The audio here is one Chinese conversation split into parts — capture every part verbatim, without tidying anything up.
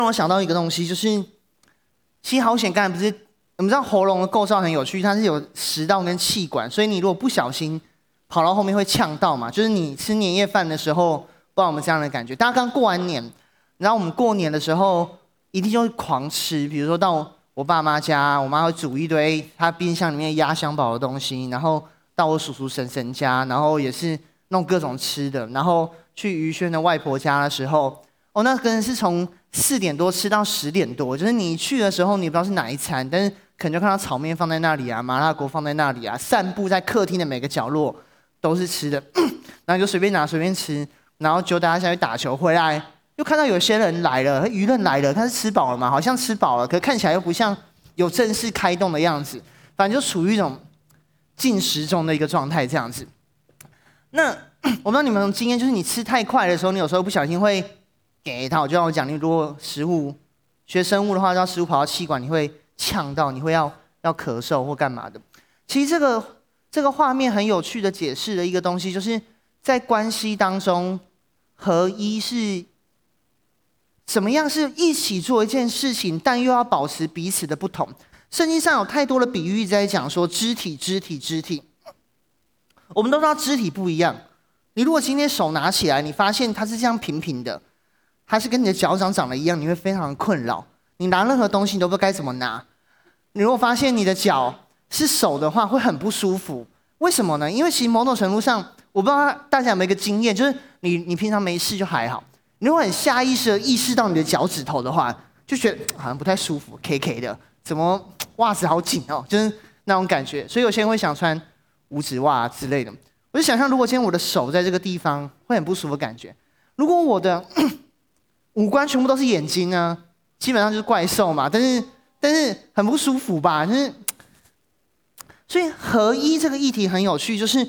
让我想到一个东西，就是其实好险，刚才不是我们知道喉咙的构造很有趣，它是有食道跟气管，所以你如果不小心跑到后面会呛到嘛，就是你吃年夜饭的时候，不知道我们这样的感觉。大家刚过完年，然后我们过年的时候一定就会狂吃，比如说到我爸妈家，我妈会煮一堆她冰箱里面压箱宝的东西，然后到我叔叔婶婶家，然后也是弄各种吃的，然后去于轩的外婆家的时候，哦，那可能是从四点多吃到十点多，就是你去的时候你不知道是哪一餐，但是可能就看到炒面放在那里啊，麻辣锅放在那里啊，散布在客厅的每个角落都是吃的，然后就随便拿随便吃，然后就大家下去打球回来，又看到有些人来了，舆论来了，他是吃饱了嘛？好像吃饱了，可看起来又不像有正式开动的样子，反正就处于一种进食中的一个状态这样子。那我不知道你们有经验，就是你吃太快的时候，你有时候不小心会给它。就像我讲，你如果食物学生物的话，让食物跑到气管，你会呛到，你会要要咳嗽或干嘛的。其实这个这个画面很有趣的解释了一个东西，就是在关系当中，合一是怎么样是一起做一件事情，但又要保持彼此的不同。圣经上有太多的比喻在讲说肢体、肢体、肢体。我们都知道肢体不一样。你如果今天手拿起来，你发现它是这样平平的，它是跟你的脚掌长得一样，你会非常困扰。你拿任何东西你都不知道该怎么拿。你如果发现你的脚是手的话，会很不舒服。为什么呢？因为其实某种程度上，我不知道大家有没有一个经验，就是你你平常没事就还好，你如果很下意识的意识到你的脚趾头的话，就觉得好像不太舒服 ，K K 的，怎么袜子好紧哦，就是那种感觉。所以有些人会想穿五指袜之类的。我就想象，如果今天我的手在这个地方，会很不舒服的感觉。如果我的五官全部都是眼睛呢，基本上就是怪兽嘛。但是但是很不舒服吧？就是，所以合一这个议题很有趣，就是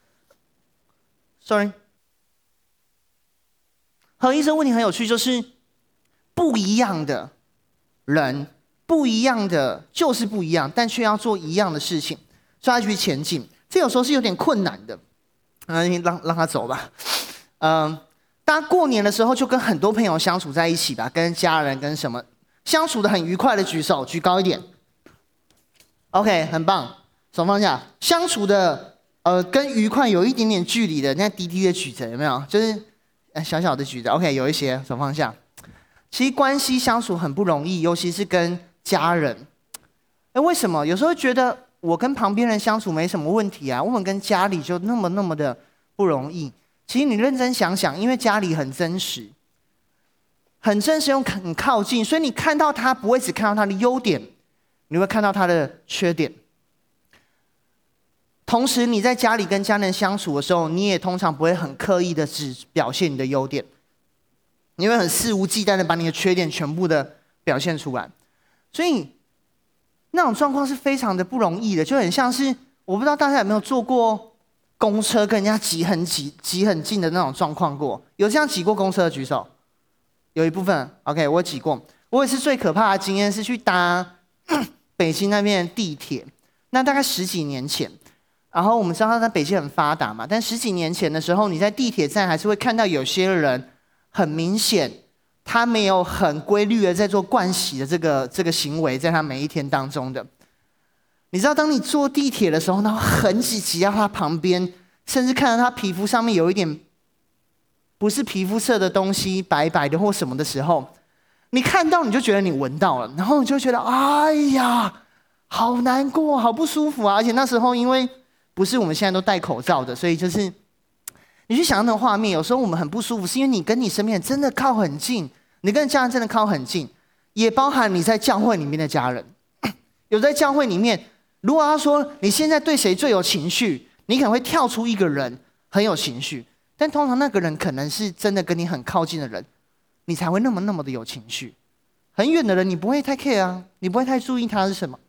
，sorry， 合一这个问题很有趣，就是不一样的人，不一样的就是不一样，但却要做一样的事情，所以要去前进。这有时候是有点困难的。嗯，让让他走吧。嗯，大家过年的时候就跟很多朋友相处在一起吧，跟家人跟什么相处的很愉快的举手，举高一点。OK， 很棒，手放下。相处的呃跟愉快有一点点距离的，那低低的举着有没有？就是小小的举着。OK， 有一些手放下。其实关系相处很不容易，尤其是跟家人。哎，为什么？有时候觉得我跟旁边人相处没什么问题啊，我们跟家里就那么那么的不容易。其实你认真想想，因为家里很真实，很真实又很靠近，所以你看到他不会只看到他的优点，你会看到他的缺点。同时你在家里跟家人相处的时候，你也通常不会很刻意的只表现你的优点，你会很肆无忌惮的把你的缺点全部的表现出来。所以那种状况是非常的不容易的，就很像是我不知道大家有没有坐过公车跟人家挤很挤挤很近的那种状况过？有这样挤过公车的举手？有一部分 ，OK， 我挤过。我也是最可怕的经验是去搭北京那边的地铁，那大概十几年前。然后我们知道在北京很发达嘛，但十几年前的时候，你在地铁站还是会看到有些人很明显。他没有很规律的在做盥洗的这个这个行为，在他每一天当中的，你知道，当你坐地铁的时候，然后很挤挤到他旁边，甚至看到他皮肤上面有一点不是皮肤色的东西，白白的或什么的时候，你看到你就觉得你闻到了，然后你就觉得哎呀，好难过，好不舒服啊！而且那时候因为不是我们现在都戴口罩的，所以就是你去想那个画面，有时候我们很不舒服，是因为你跟你身边真的靠很近。你跟家人真的靠很近，也包含你在教会里面的家人。有在教会里面，如果他说你现在对谁最有情绪，你可能会跳出一个人很有情绪，但通常那个人可能是真的跟你很靠近的人，你才会那么那么的有情绪。很远的人你不会太 care 啊，你不会太注意他是什么。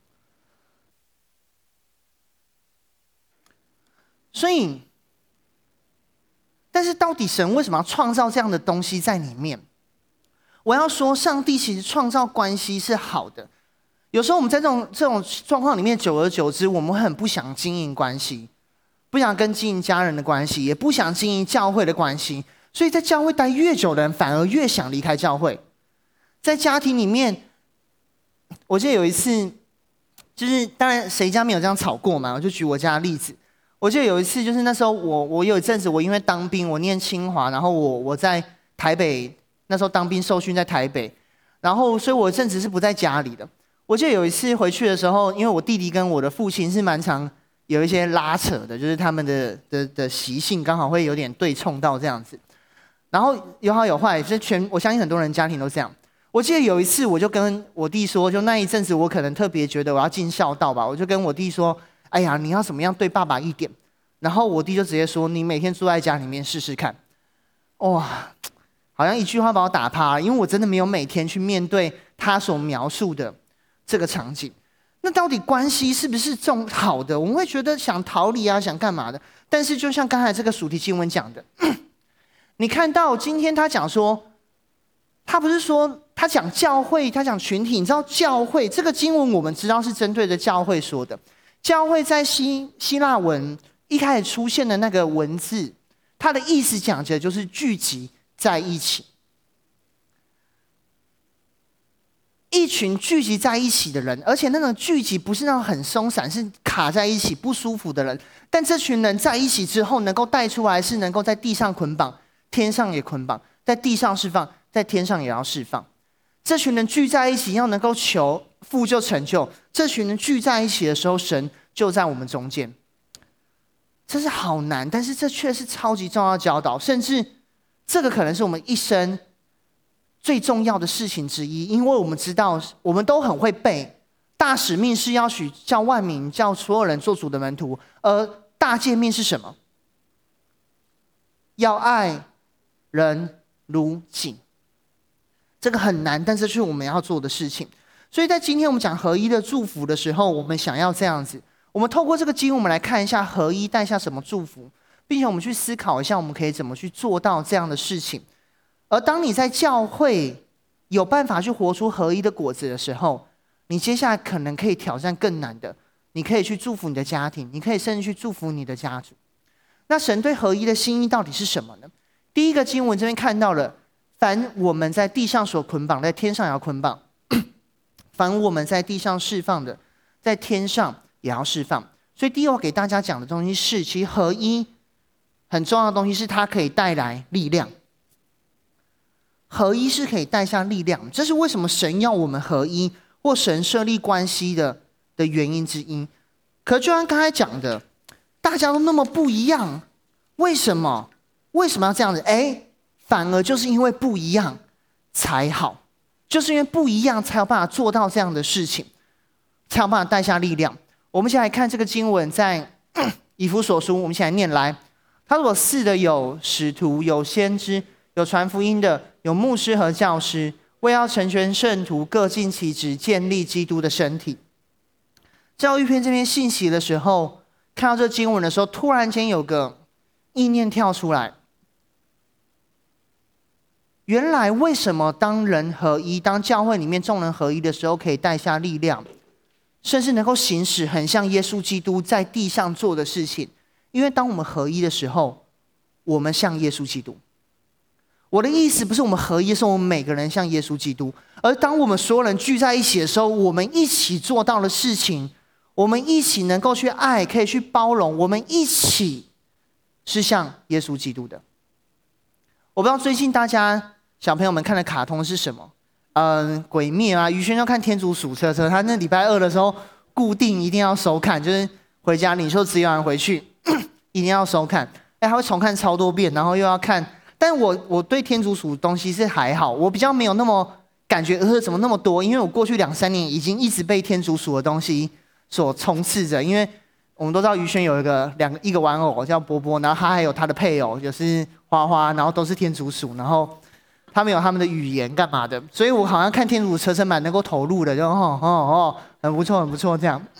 所以，但是到底神为什么要创造这样的东西在里面？我要说，上帝其实创造关系是好的。有时候我们在这种这种状况里面，久而久之，我们很不想经营关系，不想跟经营家人的关系，也不想经营教会的关系。所以在教会待越久的人，反而越想离开教会。 在家庭里面，我记得有一次，就是当然谁家没有这样吵过嘛，我就举我家的例子。我记得有一次，就是那时候我我有一阵子我因为当兵，我念清华，然后我我在台北，那时候当兵受训在台北，然后所以我有阵子是不在家里的。我记得有一次回去的时候，因为我弟弟跟我的父亲是蛮常有一些拉扯的，就是他们的的的习性刚好会有点对冲到这样子。然后有好有坏，就是全我相信很多人家庭都这样。我记得有一次，我就跟我弟说，就那一阵子我可能特别觉得我要尽孝道吧，我就跟我弟说：“哎呀，你要怎么样对爸爸一点？”然后我弟就直接说：“你每天住在家里面试试看。”哇，好像一句话把我打趴了，因为我真的没有每天去面对他所描述的这个场景。那到底关系是不是重好的？我们会觉得想逃离啊，想干嘛的？但是就像刚才这个主题经文讲的。你看到今天他讲说，他不是说他讲教会，他讲群体。你知道教会这个经文，我们知道是针对着教会说的。教会在希希腊文一开始出现的那个文字，它的意思讲着就是聚集在一起，一群聚集在一起的人，而且那种聚集不是那种很松散，是卡在一起不舒服的人。但这群人在一起之后，能够带出来是能够在地上捆绑。天上也捆绑，在地上释放，在天上也要释放。这群人聚在一起，要能够求父就成就。这群人聚在一起的时候，神就在我们中间。这是好难，但是这却是超级重要的教导，甚至这个可能是我们一生最重要的事情之一，因为我们知道，我们都很会背大使命是要许叫万民，叫所有人做主的门徒，而大诫命是什么？要爱人如己，这个很难，但是是我们要做的事情。所以在今天我们讲合一的祝福的时候，我们想要这样子，我们透过这个经文，我们来看一下合一带下什么祝福，并且我们去思考一下，我们可以怎么去做到这样的事情。而当你在教会有办法去活出合一的果子的时候，你接下来可能可以挑战更难的，你可以去祝福你的家庭，你可以甚至去祝福你的家族。那神对合一的心意到底是什么呢？第一个经文这边看到了，凡我们在地上所捆绑，在天上也要捆绑；凡我们在地上释放的，在天上也要释放。所以第一个我给大家讲的东西是，其实合一很重要的东西是它可以带来力量。合一是可以带下力量，这是为什么神要我们合一，或神设立关系的的原因之一。可就像刚才讲的，大家都那么不一样，为什么？为什么要这样子？哎，反而就是因为不一样才好，就是因为不一样才有办法做到这样的事情，才有办法带下力量。我们先来看这个经文，在以弗所书，我们先来念来。他所赐的有使徒，有先知，有传福音的，有牧师和教师，为要成全圣徒，各尽其职，建立基督的身体。教育篇这篇信息的时候，看到这经文的时候，突然间有个意念跳出来。原来为什么当人合一，当教会里面众人合一的时候，可以带下力量，甚至能够行使很像耶稣基督在地上做的事情？因为当我们合一的时候，我们像耶稣基督。我的意思不是我们合一的时候，我们每个人像耶稣基督，而当我们所有人聚在一起的时候，我们一起做到的事情，我们一起能够去爱，可以去包容，我们一起是像耶稣基督的。我不知道最近大家小朋友们看的卡通是什么？嗯，鬼灭啊，宇轩要看天竺鼠车车，他那礼拜二的时候固定一定要收看，就是回家领受资源完回去一定要收看。哎，他会重看超多遍，然后又要看。但我我对天竺鼠东西是还好，我比较没有那么感觉，呃，怎么那么多？因为我过去两三年已经一直被天竺鼠的东西所充斥着。因为我们都知道宇轩有一个两个一个玩偶叫波波，然后他还有他的配偶就是花花，然后都是天竺鼠，然后他们有他们的语言干嘛的，所以我好像看天竺车车蛮能够投入的，就哦哦哦，很不错很不错这样。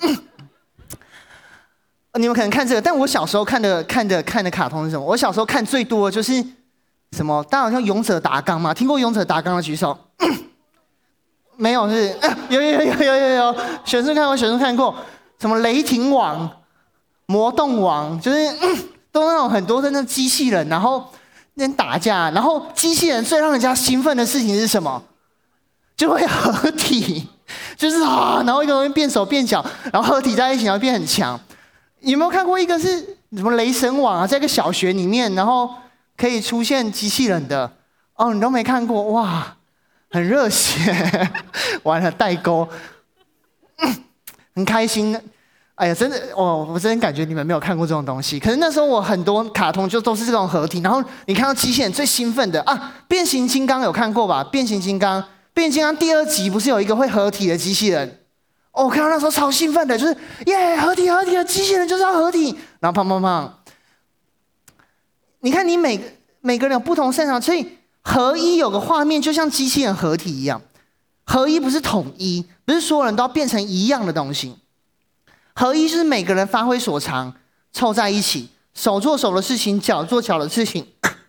你们可能看这个，但我小时候看的看的看的卡通是什么？我小时候看最多的就是什么？大家好像勇者达纲嘛，听过勇者达纲的举手。没有是？有有有有有有，选书看过，选书看过。什么雷霆王、魔动王，就是都那种很多的那机器人，然后那打架，然后机器人最让人家兴奋的事情是什么？ 就会合体，就是啊，然后一个东西变手变脚，然后合体在一起，然后变很强。有没有看过一个是什么雷神网啊，在一个小学里面，然后可以出现机器人的？哦，你都没看过哇，很热血，完了代沟，嗯，很开心。哎呀，真的，哦，我真的感觉你们没有看过这种东西。可是那时候我很多卡通就都是这种合体，然后你看到机器人最兴奋的啊，变形金刚有看过吧？变形金刚，变形金刚第二集不是有一个会合体的机器人？哦，我看到那时候超兴奋的，就是耶，合体合体的机器人就是要合体，然后胖胖胖。你看你每每个人有不同擅长，所以合一有个画面就像机器人合体一样。合一不是统一，不是所有人都要变成一样的东西。合一就是每个人发挥所长，凑在一起，手做手的事情，脚做脚的事情。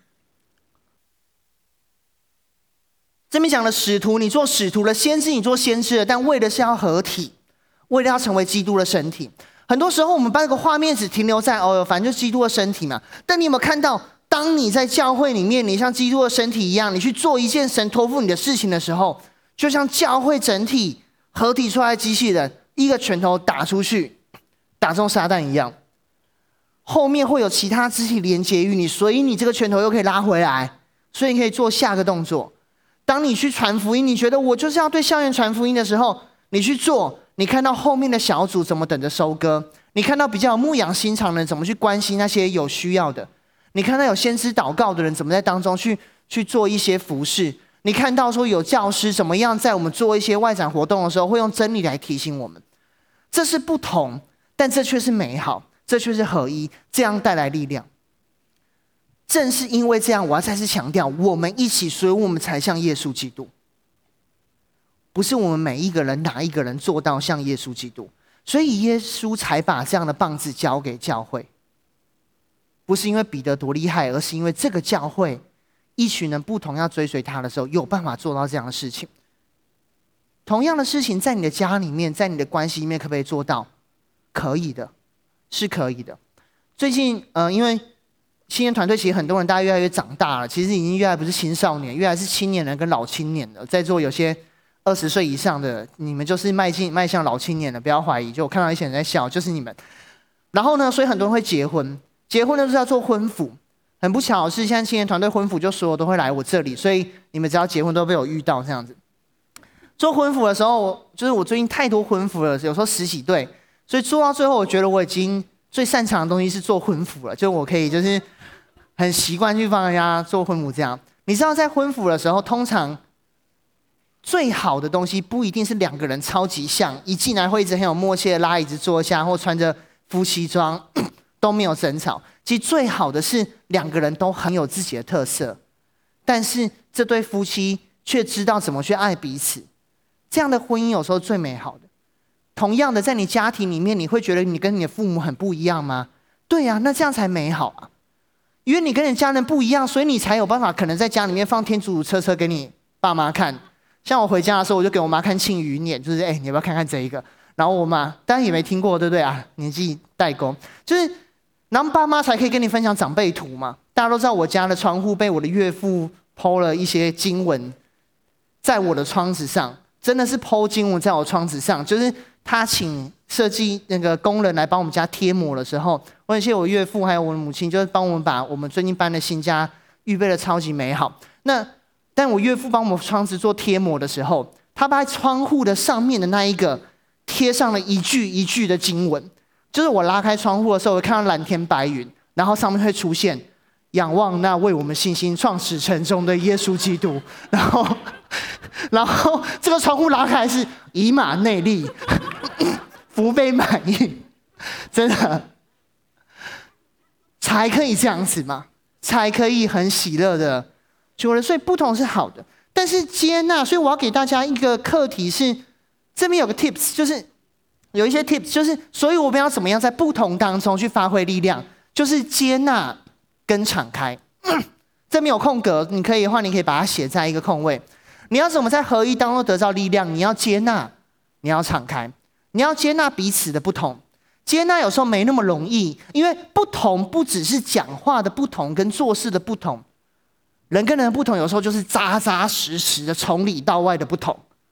这边讲的使徒，你做使徒的；先知，你做先知的，但为的是要合体，为了要成为基督的身体。很多时候我们把这个画面只停留在哦，反正就是基督的身体嘛。但你有没有看到，当你在教会里面，你像基督的身体一样，你去做一件神托付你的事情的时候，就像教会整体合体出来的机器人，一个拳头打出去，打中撒旦一样，后面会有其他肢体连接于你，所以你这个拳头又可以拉回来，所以你可以做下个动作。当你去传福音，你觉得我就是要对校园传福音的时候，你去做，你看到后面的小组怎么等着收割，你看到比较有牧养心肠的人怎么去关心那些有需要的，你看到有先知祷告的人怎么在当中去去做一些服事，你看到说有教师怎么样在我们做一些外展活动的时候会用真理来提醒我们。这是不同，但这却是美好，这却是合一，这样带来力量。正是因为这样，我要再次强调，我们一起，所以我们才像耶稣基督。不是我们每一个人哪一个人做到像耶稣基督，所以耶稣才把这样的棒子交给教会。不是因为彼得多厉害，而是因为这个教会一群人不同要追随他的时候，有办法做到这样的事情。同样的事情在你的家里面，在你的关系里面，可不可以做到？可以的，是可以的。最近，呃，因为青年团队其实很多人大家越来越长大了，其实已经越来不是青少年，越来是青年人跟老青年了。在座有些二十岁以上的，你们就是迈进迈向老青年了，不要怀疑。就我看到一些人在笑，就是你们。然后呢，所以很多人会结婚，结婚呢就是要做婚服。很不巧的是，现在青年团队婚服就所有都会来我这里，所以你们只要结婚都被我遇到这样子。做婚服的时候，就是我最近太多婚服了，有时候十几对，所以做到最后，我觉得我已经最擅长的东西是做婚服了，就我可以就是很习惯去帮人家做婚服这样。你知道，在婚服的时候，通常最好的东西不一定是两个人超级像，一进来会一直很有默契的拉椅子坐下，或穿着夫妻装都没有争吵。其实最好的是两个人都很有自己的特色，但是这对夫妻却知道怎么去爱彼此。这样的婚姻有时候最美好的。同样的，在你家庭里面，你会觉得你跟你的父母很不一样吗？对呀、啊，那这样才美好啊。因为你跟你家人不一样，所以你才有办法可能在家里面放天竺鼠车车给你爸妈看。像我回家的时候，我就给我妈看《庆余年》，就是哎，你要不要看看这一个？然后我妈当然也没听过，对不对啊？年纪代沟，就是然后爸妈才可以跟你分享长辈图嘛。大家都知道我家的窗户被我的岳父po了一些经文在我的窗子上。真的是po经文在我窗子上，就是他请设计那个工人来帮我们家贴膜的时候，我很谢谢我岳父还有我的母亲，就是帮我们把我们最近搬的新家预备的超级美好。那但我岳父帮我们窗子做贴膜的时候，他把窗户的上面的那一个贴上了一句一句的经文，就是我拉开窗户的时候，我看到蓝天白云，然后上面会出现仰望那为我们信心创始成终的耶稣基督，然后。然后这个窗户拉开是以马内利，福杯满溢，真的才可以这样子嘛，才可以很喜乐的觉得，所以不同是好的，但是接纳，所以我要给大家一个课题是，这边有个 tips， 就是有一些 tips， 就是所以我们要怎么样在不同当中去发挥力量，就是接纳跟敞开。这边有空格，你可以的话，你可以把它写在一个空位。你要怎么在合一当中得到力量？你要接纳，你要敞开，你要接纳彼此的不同。接纳有时候没那么容易，因为不同不只是讲话的不同跟做事的不同，人跟人的不同有时候就是扎扎实实的从里到外的不同。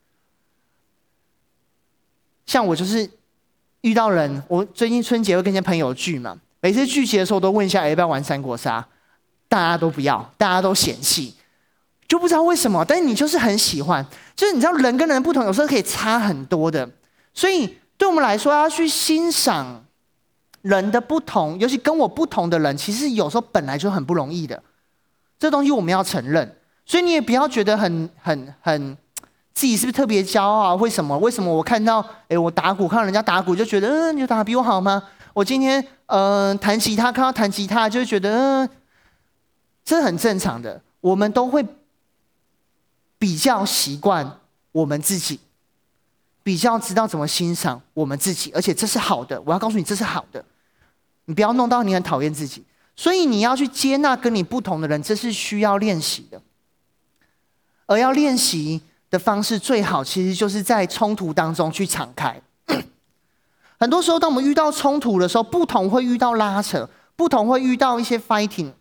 像我就是遇到人，我最近春节会跟一些朋友聚嘛，每次聚集的时候都问一下要不要玩三国杀，大家都不要，大家都嫌弃，就不知道为什么，但是你就是很喜欢，就是你知道人跟人不同，有时候可以差很多的，所以对我们来说要去欣赏人的不同，尤其跟我不同的人，其实有时候本来就很不容易的，这东西我们要承认，所以你也不要觉得很很很自己是不是特别骄傲啊？为什么？为什么我看到哎我打鼓，看到人家打鼓就觉得嗯你打得比我好吗？我今天嗯、呃、弹吉他，看到弹吉他就会觉得嗯，这很正常的，我们都会比较习惯我们自己。比较知道怎么欣赏我们自己，而且这是好的。我要告诉你，这是好的，你不要弄到你很讨厌自己。所以你要去接纳跟你不同的人，这是需要练习的。而要练习的方式最好，其实就是在冲突当中去敞开。很多时候，当我们遇到冲突的时候，不同会遇到拉扯，不同会遇到一些 fighting。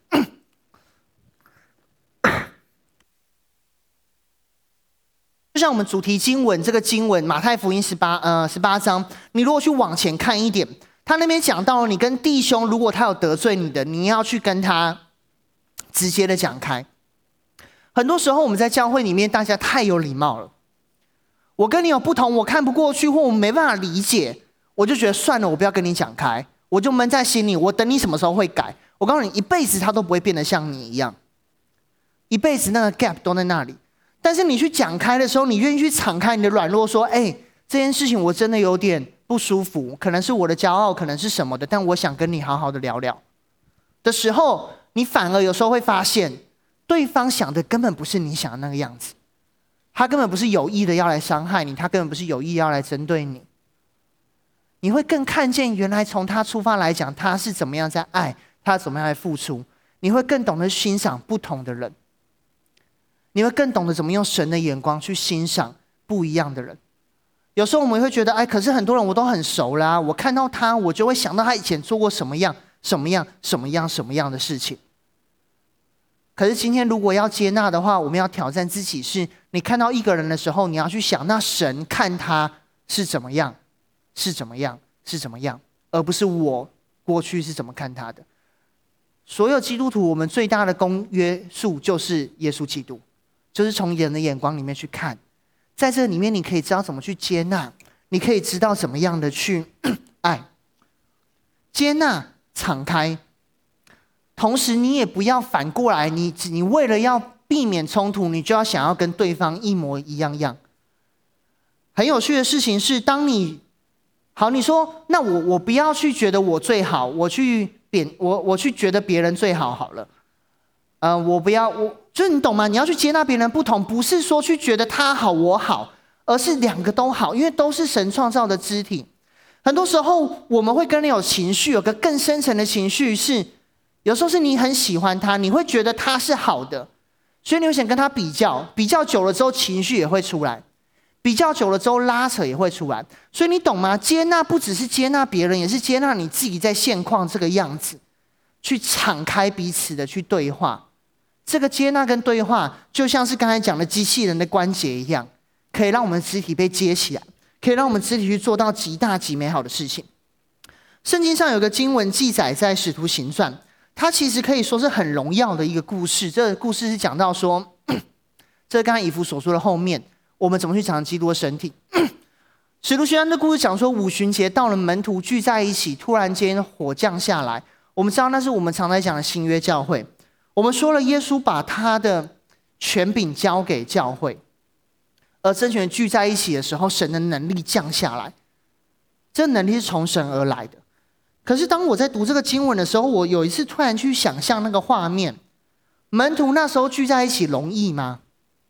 就像我们主题经文这个经文，马太福音十八呃十八章，你如果去往前看一点，他那边讲到了，你跟弟兄如果他有得罪你的，你要去跟他直接的讲开。很多时候我们在教会里面，大家太有礼貌了。我跟你有不同，我看不过去，或我没办法理解，我就觉得算了，我不要跟你讲开，我就闷在心里，我等你什么时候会改。我告诉你，一辈子他都不会变得像你一样，一辈子那个 gap 都在那里。但是你去讲开的时候，你愿意去敞开你的软弱，说：“哎，这件事情我真的有点不舒服，可能是我的骄傲，可能是什么的，但我想跟你好好的聊聊。”的时候，你反而有时候会发现，对方想的根本不是你想的那个样子，他根本不是有意的要来伤害你，他根本不是有意要来针对你。你会更看见，原来从他出发来讲，他是怎么样在爱，他怎么样来付出。你会更懂得欣赏不同的人。你会更懂得怎么用神的眼光去欣赏不一样的人。有时候我们会觉得，哎，可是很多人我都很熟啦、啊，我看到他，我就会想到他以前做过什么样、什么样、什么样、什么样的事情。可是今天如果要接纳的话，我们要挑战自己是：你看到一个人的时候，你要去想，那神看他是怎么样，是怎么样，是怎么样，而不是我过去是怎么看他的。所有基督徒，我们最大的公约数就是耶稣基督。就是从人的眼光里面去看，在这里面你可以知道怎么去接纳，你可以知道怎么样的去爱、接纳、敞开。同时，你也不要反过来，你你为了要避免冲突，你就要想要跟对方一模一样样。很有趣的事情是，当你好，你说那我我不要去觉得我最好，我去贬我我去觉得别人最好好了。呃，我不要，我就是你懂吗？你要去接纳别人不同，不是说去觉得他好我好，而是两个都好，因为都是神创造的肢体。很多时候我们会跟人有情绪，有个更深层的情绪是，有时候是你很喜欢他，你会觉得他是好的，所以你会想跟他比较，比较久了之后情绪也会出来，比较久了之后拉扯也会出来。所以你懂吗？接纳不只是接纳别人，也是接纳你自己在现况这个样子，去敞开彼此的去对话。这个接纳跟对话，就像是刚才讲的机器人的关节一样，可以让我们肢体被接起来，可以让我们肢体去做到极大极美好的事情。圣经上有个经文记载在使徒行传，它其实可以说是很荣耀的一个故事。这个故事是讲到说，这刚才以弗所说的后面，我们怎么去讲基督的身体。使徒行传的故事讲说，五旬节到了，门徒聚在一起，突然间火降下来。我们知道那是我们常在讲的新约教会。我们说了，耶稣把他的权柄交给教会，而真权聚在一起的时候，神的能力降下来，这能力是从神而来的。可是当我在读这个经文的时候，我有一次突然去想象那个画面，门徒那时候聚在一起容易吗？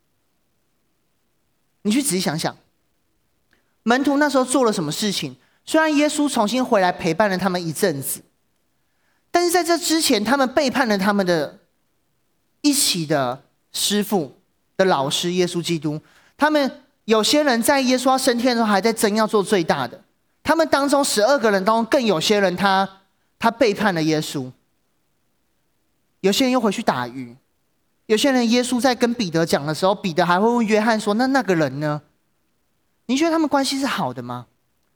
你去仔细想想，门徒那时候做了什么事情？虽然耶稣重新回来陪伴了他们一阵子，但是在这之前，他们背叛了他们的一起的师父的老师耶稣基督。他们有些人在耶稣要升天的时候还在争要做最大的，他们当中十二个人当中更有些人他他背叛了耶稣，有些人又回去打鱼，有些人耶稣在跟彼得讲的时候，彼得还会问约翰说，那那个人呢？你觉得他们关系是好的吗？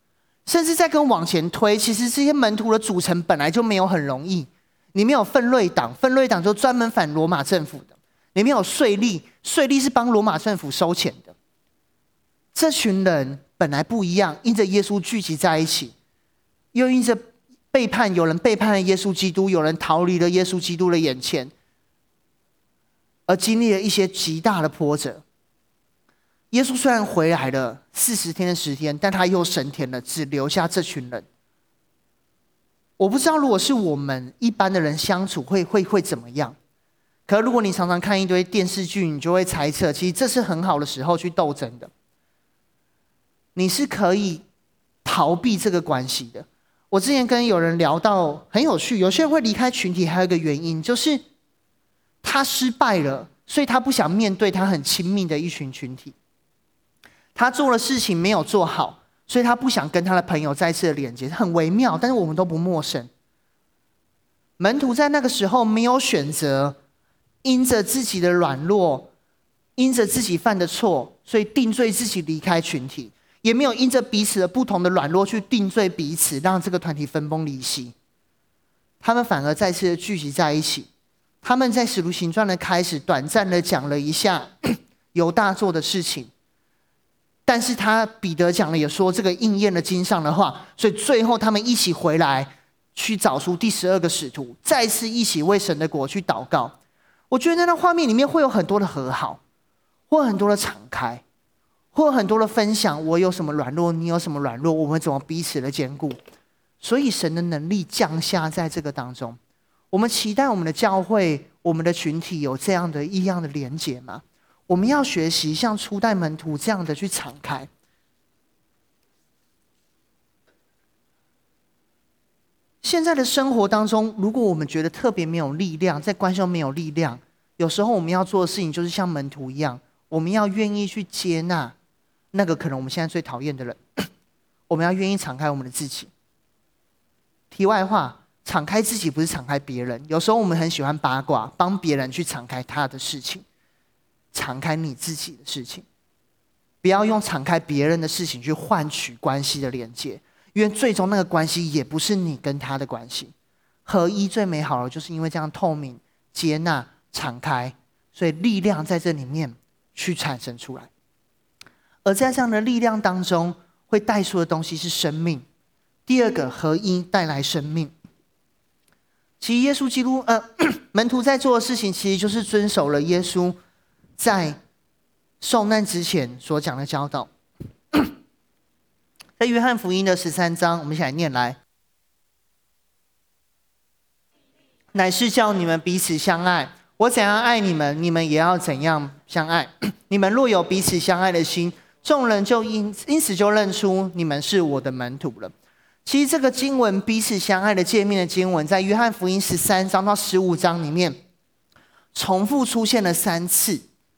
甚至再更往前推，其实这些门徒的组成本来就没有很容易。里面有奋锐党，奋锐党就专门反罗马政府的；里面有税吏，税吏是帮罗马政府收钱的。这群人本来不一样，因着耶稣聚集在一起，又因着背叛，有人背叛了耶稣基督，有人逃离了耶稣基督的眼前，而经历了一些极大的波折。耶稣虽然回来了四十天的十天，但他又升天了，只留下这群人。我不知道如果是我们一般的人相处会会会怎么样。可是如果你常常看一堆电视剧，你就会猜测，其实这是很好的时候去斗争的。你是可以逃避这个关系的。我之前跟有人聊到很有趣，有些人会离开群体，还有一个原因就是他失败了，所以他不想面对他很亲密的一群群体。他做了事情没有做好，所以他不想跟他的朋友再次的连接，很微妙，但是我们都不陌生。门徒在那个时候没有选择因着自己的软弱，因着自己犯的错，所以定罪自己离开群体，也没有因着彼此的不同的软弱去定罪彼此，让这个团体分崩离析。他们反而再次的聚集在一起。他们在使徒行传的开始短暂的讲了一下犹大做的事情，但是他彼得讲了也说这个应验了经上的话，所以最后他们一起回来去找出第十二个使徒，再次一起为神的国去祷告。我觉得在那画面里面会有很多的和好，会有很多的敞开，会有很多的分享，我有什么软弱，你有什么软弱，我们怎么彼此的坚固。所以神的能力降下在这个当中。我们期待我们的教会，我们的群体有这样的异样的连结吗？我们要学习像初代门徒这样的去敞开。现在的生活当中，如果我们觉得特别没有力量，在关系中没有力量，有时候我们要做的事情就是像门徒一样，我们要愿意去接纳那个可能我们现在最讨厌的人，我们要愿意敞开我们的自己。题外话，敞开自己不是敞开别人，有时候我们很喜欢八卦，帮别人去敞开他的事情，敞开你自己的事情。不要用敞开别人的事情去换取关系的连接，因为最终那个关系也不是你跟他的关系。合一最美好的就是因为这样透明、接纳、敞开，所以力量在这里面去产生出来。而在这样的力量当中，会带出的东西是生命。第二个，合一带来生命。其实耶稣基督呃门徒在做的事情，其实就是遵守了耶稣在受难之前所讲的教导。在约翰福音的十三章，我们一起来念来。乃是叫你们彼此相爱，我怎样爱你们，你们也要怎样相爱。你们若有彼此相爱的心，众人就因因此就认出你们是我的门徒了。其实这个经文彼此相爱的界面的经文，在约翰福音十三章到十五章里面重复出现了三次，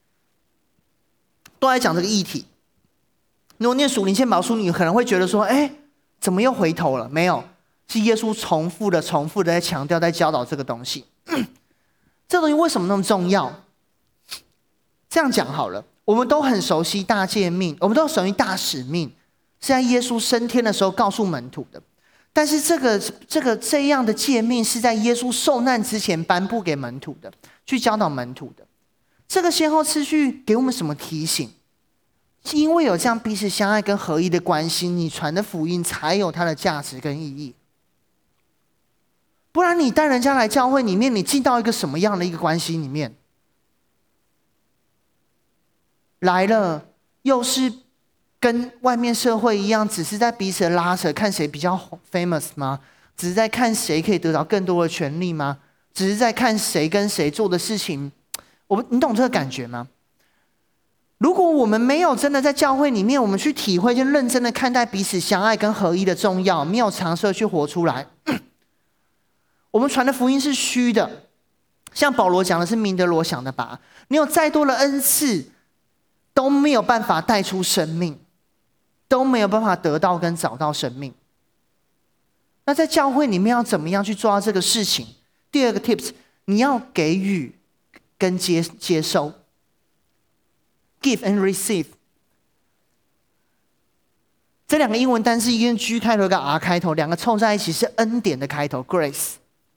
都在讲这个议题。如果念属灵献宝书，你可能会觉得说，哎，怎么又回头了？没有，是耶稣重复的、重复的在强调、在教导这个东西。这东西为什么那么重要？这样讲好了，我们都很熟悉大诫命，我们都熟悉大使命，是在耶稣升天的时候告诉门徒的。但是这个这个这样的诫命是在耶稣受难之前颁布给门徒的，去教导门徒的。这个先后次序给我们什么提醒？是因为有这样彼此相爱跟合一的关系，你传的福音才有它的价值跟意义。不然你带人家来教会里面，你进到一个什么样的一个关系里面？来了又是跟外面社会一样，只是在彼此拉扯，看谁比较 famous 吗？只是在看谁可以得到更多的权利吗？只是在看谁跟谁做的事情，我你懂这个感觉吗？如果我们没有真的在教会里面，我们去体会，就认真的看待彼此相爱跟合一的重要，没有尝试去活出来，我们传的福音是虚的。像保罗讲的是明德罗想的吧，你有再多的恩赐，都没有办法带出生命，都没有办法得到跟找到生命。那在教会里面要怎么样去做到这个事情？第二个 tips， 你要给予跟接接受。Give and receive， 这两个英文单是一个 G 开头，一个 R 开头，两个凑在一起是恩典的开头 ，Grace。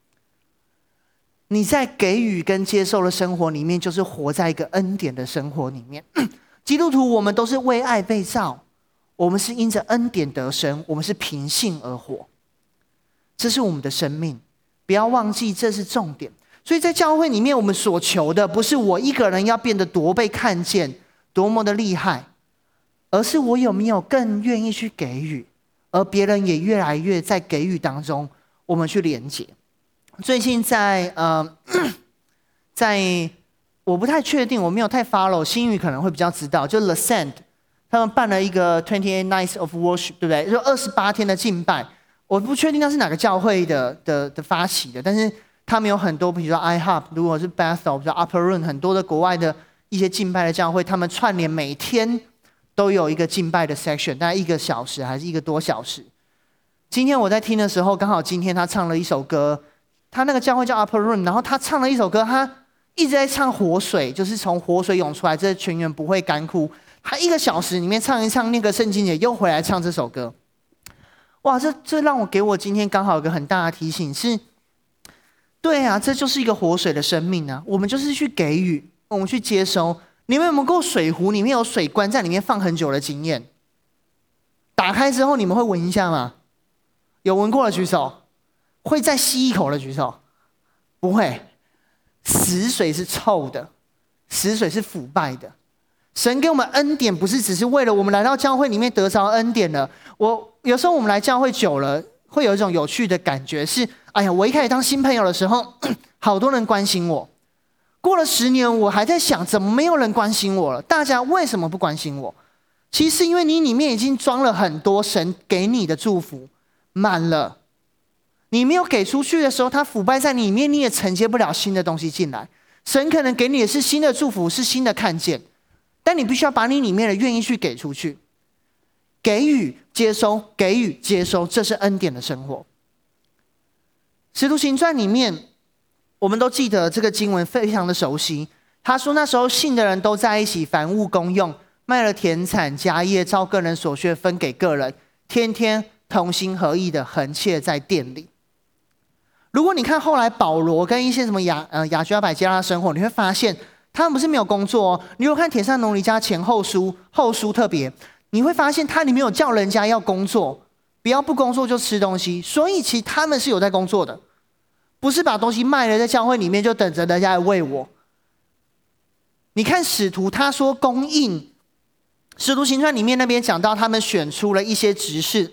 你在给予跟接受的生活里面，就是活在一个恩典的生活里面。基督徒，我们都是为爱被造，我们是因着恩典得生，我们是凭信而活，这是我们的生命。不要忘记，这是重点。所以在教会里面，我们所求的不是我一个人要变得多被看见，多么的厉害，而是我有没有更愿意去给予，而别人也越来越在给予当中，我们去连结。最近在呃，在我不太确定，我没有太 follow， 新宇可能会比较知道，就 The Sand 他们办了一个 twenty-eight nights of worship， 对不对？就二十八天的敬拜。我不确定那是哪个教会的的的发起的，但是他们有很多，比如说 I Hub， 如果是 Bethel， 比如说 Upper Room， 很多的国外的一些敬拜的教会，他们串联每天都有一个敬拜的 section， 大概一个小时还是一个多小时。今天我在听的时候，刚好今天他唱了一首歌。他那个教会叫 Upper Room， 然后他唱了一首歌，他一直在唱活水，就是从活水涌出来，这泉源不会干枯。他一个小时里面唱一唱那个圣经节，又回来唱这首歌。哇，这这让我给我今天刚好有个很大的提醒是，对啊，这就是一个活水的生命啊。我们就是去给予，我们去接收。你们有没有过水壶里面有水罐在里面放很久的经验？打开之后你们会闻一下吗？有闻过的举手。会再吸一口的举手，不会。死水是臭的，死水是腐败的。神给我们恩典，不是只是为了我们来到教会里面得着恩典了。我有时候我们来教会久了，会有一种有趣的感觉是：哎呀，我一开始当新朋友的时候，好多人关心我。过了十年，我还在想，怎么没有人关心我了？大家为什么不关心我？其实是因为你里面已经装了很多神给你的祝福，满了。你没有给出去的时候，它腐败在你里面，你也承接不了新的东西进来。神可能给你的是新的祝福，是新的看见，但你必须要把你里面的愿意去给出去。给予接收，给予接收，这是恩典的生活。使徒行传里面，我们都记得这个经文非常的熟悉。他说那时候信的人都在一起，凡物公用，卖了田产家业，照个人所需分给个人，天天同心合意的横切在店里。如果你看后来保罗跟一些什么雅呃雅居亚百基拉的生活，你会发现他们不是没有工作哦。你如果看铁扇农尼家前后书后书特别，你会发现他里面有叫人家要工作，不要不工作就吃东西。所以其实他们是有在工作的，不是把东西卖了在教会里面就等着人家来喂我。你看使徒他说供应，使徒行传里面那边讲到他们选出了一些执事。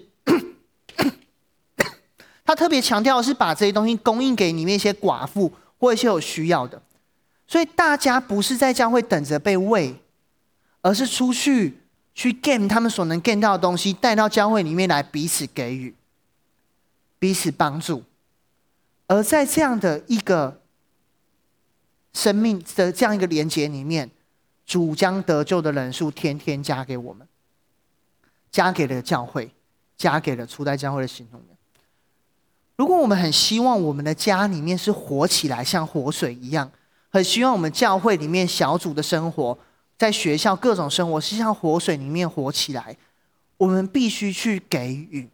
他特别强调的是把这些东西供应给里面一些寡妇或一些有需要的，所以大家不是在教会等着被喂，而是出去去 gain 他们所能 gain 到的东西，带到教会里面来彼此给予、彼此帮助。而在这样的一个生命的这样一个连结里面，主将得救的人数天天加给我们，加给了教会，加给了初代教会的行动人。如果我们很希望我们的家里面是活起来，像活水一样，很希望我们教会里面小组的生活，在学校各种生活是像活水里面活起来，我们必须去给予。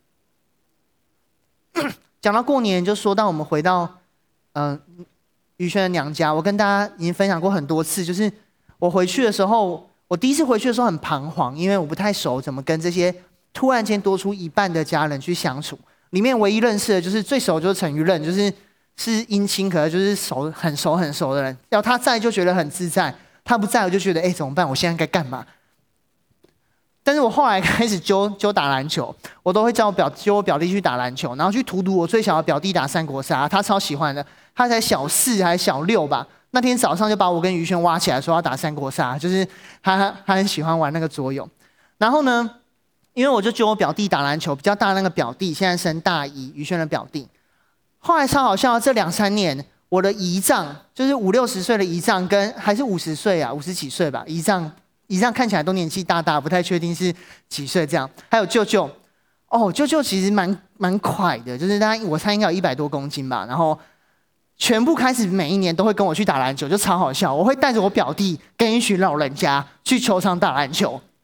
讲到过年，就说到我们回到嗯于轩的娘家，我跟大家已经分享过很多次，就是我回去的时候，我第一次回去的时候很彷徨，因为我不太熟怎么跟这些突然间多出一半的家人去相处。里面唯一认识的就是最熟就是陈于任，就是是姻亲，可能就是熟很熟很熟的人。要他在就觉得很自在，他不在我就觉得哎、欸、怎么办？我现在该干嘛？但是我后来开始揪揪打篮球，我都会叫我表揪我表弟去打篮球，然后去荼毒我最小的表弟打三国杀，他超喜欢的。他才小四还小六吧，那天早上就把我跟于轩挖起来说要打三国杀，就是他他很喜欢玩那个桌游。然后呢？因为我就揪我表弟打篮球，比较大的那个表弟现在升大一，于轩的表弟。后来超好笑，这两三年我的姨丈，就是五六十岁的姨丈，跟还是五十岁啊，五十几岁吧，姨丈姨丈看起来都年纪大大，不太确定是几岁这样。还有舅舅，哦，舅舅其实蛮蛮快的，就是他我猜应该有一百多公斤吧，然后全部开始每一年都会跟我去打篮球，就超好笑。我会带着我表弟跟一群老人家去球场打篮球。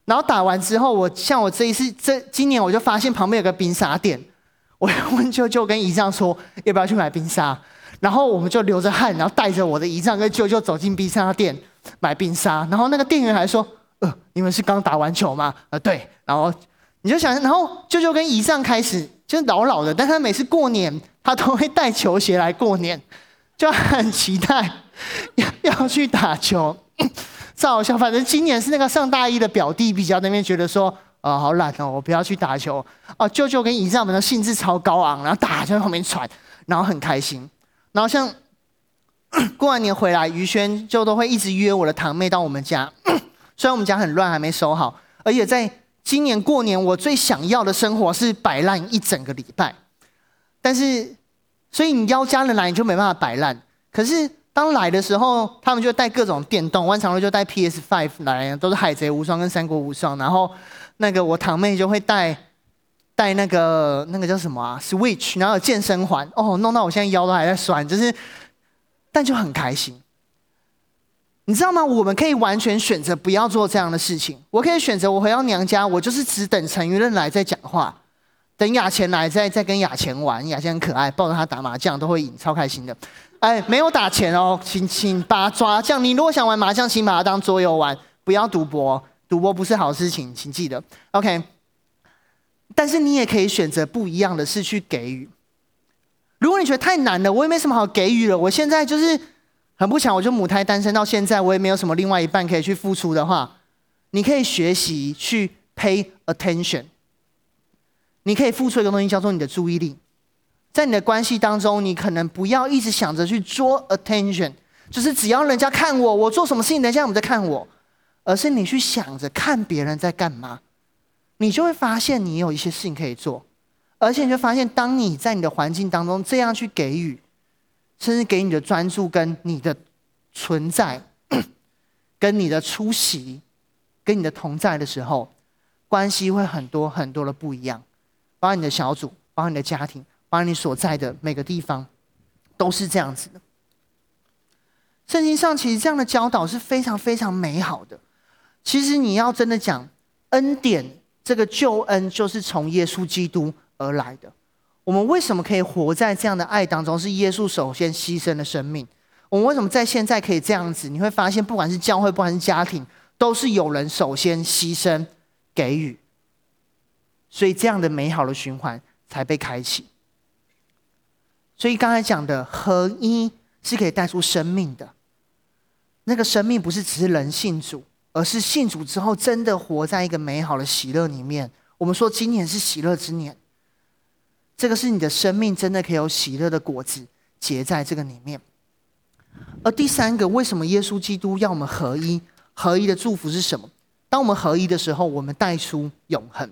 然后打完之后，我像我这一次这今年我就发现旁边有个冰沙店，我问舅舅跟姨丈说要不要去买冰沙，然后我们就流着汗，然后带着我的姨丈跟舅舅走进冰沙店买冰沙，然后那个店员还说：“呃，你们是刚打完球吗？”呃，对。然后你就想，然后舅舅跟姨丈开始就是老老的，但他每次过年他都会带球鞋来过年，就很期待要要去打球。超好笑，反正今年是那个上大一的表弟比较那边觉得说，呃，好懒哦，我不要去打球。哦、呃，舅舅跟姨丈们的兴致超高昂，然后打在旁边喘，然后很开心。然后像过完年回来，于轩就都会一直约我的堂妹到我们家，虽然我们家很乱，还没收好，而且在今年过年，我最想要的生活是摆烂一整个礼拜。但是，所以你邀家人来，你就没办法摆烂。可是当来的时候，他们就带各种电动，万长乐就带 P S 五 来，都是海贼无双跟三国无双。然后那个我堂妹就会带带那个那个叫什么啊 Switch， 然后有健身环，哦，弄到我现在腰都还在酸，就是，但就很开心。你知道吗？我们可以完全选择不要做这样的事情。我可以选择我回到娘家，我就是只等陈于任来再讲话，等雅钱来再再跟雅钱玩。雅钱很可爱，抱着他打麻将都会赢，超开心的。哎，没有打钱哦，请请把抓将。你如果想玩麻将，请把它当桌游玩，不要赌博，赌博不是好事情，请记得。OK。但是你也可以选择不一样的事去给予。如果你觉得太难了，我也没什么好给予了，我现在就是很不巧，我就母胎单身到现在，我也没有什么另外一半可以去付出的话，你可以学习去 pay attention。你可以付出一个东西叫做你的注意力。在你的关系当中，你可能不要一直想着去做 attention， 就是只要人家看我，我做什么事情，人家有没有在看我，而是你去想着看别人在干嘛，你就会发现你有一些事情可以做，而且你就发现，当你在你的环境当中这样去给予，甚至给你的专注跟你的存在，跟你的出席，跟你的同在的时候，关系会很多很多的不一样，包括你的小组，包括你的家庭。包括你所在的每个地方，都是这样子的。圣经上其实这样的教导是非常非常美好的。其实你要真的讲恩典，这个救恩就是从耶稣基督而来的。我们为什么可以活在这样的爱当中？是耶稣首先牺牲的生命。我们为什么在现在可以这样子？你会发现，不管是教会，不管是家庭，都是有人首先牺牲给予，所以这样的美好的循环才被开启。所以刚才讲的合一是可以带出生命的，那个生命不是只是人信主，而是信主之后真的活在一个美好的喜乐里面。我们说今年是喜乐之年，这个是你的生命真的可以有喜乐的果子结在这个里面。而第三个，为什么耶稣基督要我们合一？合一的祝福是什么？当我们合一的时候，我们带出永恒。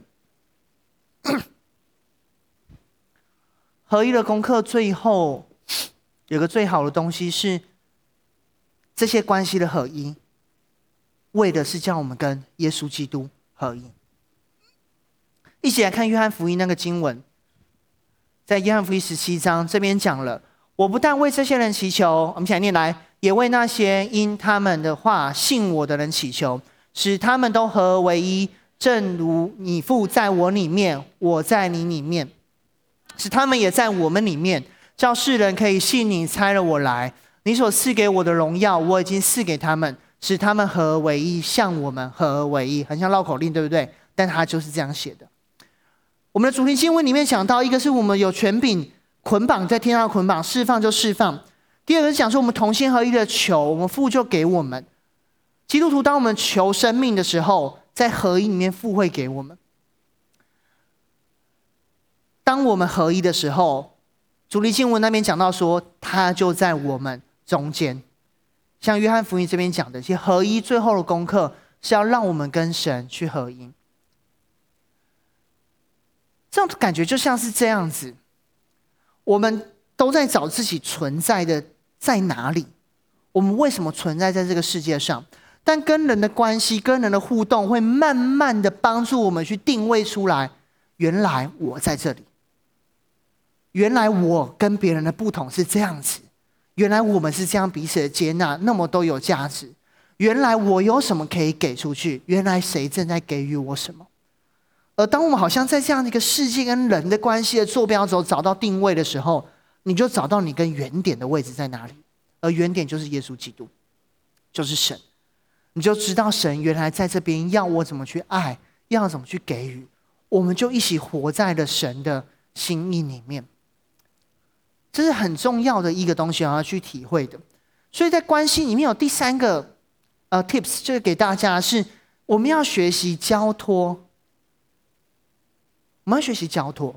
合一的功课最后有个最好的东西是，这些关系的合一，为的是叫我们跟耶稣基督合一。一起来看约翰福音那个经文，在约翰福音十七章这边讲了，我不但为这些人祈求，我们一起来念来，也为那些因他们的话信我的人祈求，使他们都合为一，正如你父在我里面，我在你里面，使他们也在我们里面，叫世人可以信你差了我来。你所赐给我的荣耀，我已经赐给他们，使他们合而为一，像我们合而为一。很像绕口令，对不对？但他就是这样写的。我们的主题经文里面讲到，一个是我们有权柄捆绑，在天上捆绑，释放就释放。第二个是讲说我们同心合一的求，我们父就给我们。基督徒当我们求生命的时候，在合一里面父会给我们。当我们合一的时候，主题经文那边讲到说，他就在我们中间。像约翰福音这边讲的，其实合一最后的功课是要让我们跟神去合一。这种感觉就像是这样子，我们都在找自己存在的在哪里，我们为什么存在在这个世界上？但跟人的关系、跟人的互动，会慢慢的帮助我们去定位出来，原来我在这里。原来我跟别人的不同是这样子，原来我们是这样彼此的接纳，那么都有价值。 原来我有什么可以给出去，原来谁正在给予我什么。而当我们好像在这样的一个世界跟人的关系的坐标轴找到定位的时候，你就找到你跟原点的位置在哪里。而原点就是耶稣基督，就是神。你就知道神原来在这边要我怎么去爱，要怎么去给予，我们就一起活在了神的心意里面。这是很重要的一个东西，我要去体会的。所以在关系里面有第三个呃 tips， 就是给大家是我们要学习交托。我们要学习交托。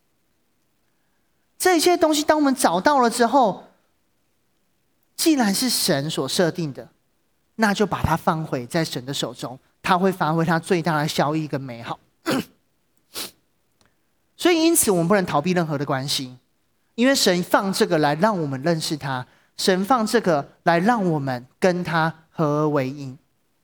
这一些东西，当我们找到了之后，既然是神所设定的，那就把它放回在神的手中，他会发挥他最大的效益跟美好。所以因此我们不能逃避任何的关系，因为神放这个来让我们认识他，神放这个来让我们跟他合而为一。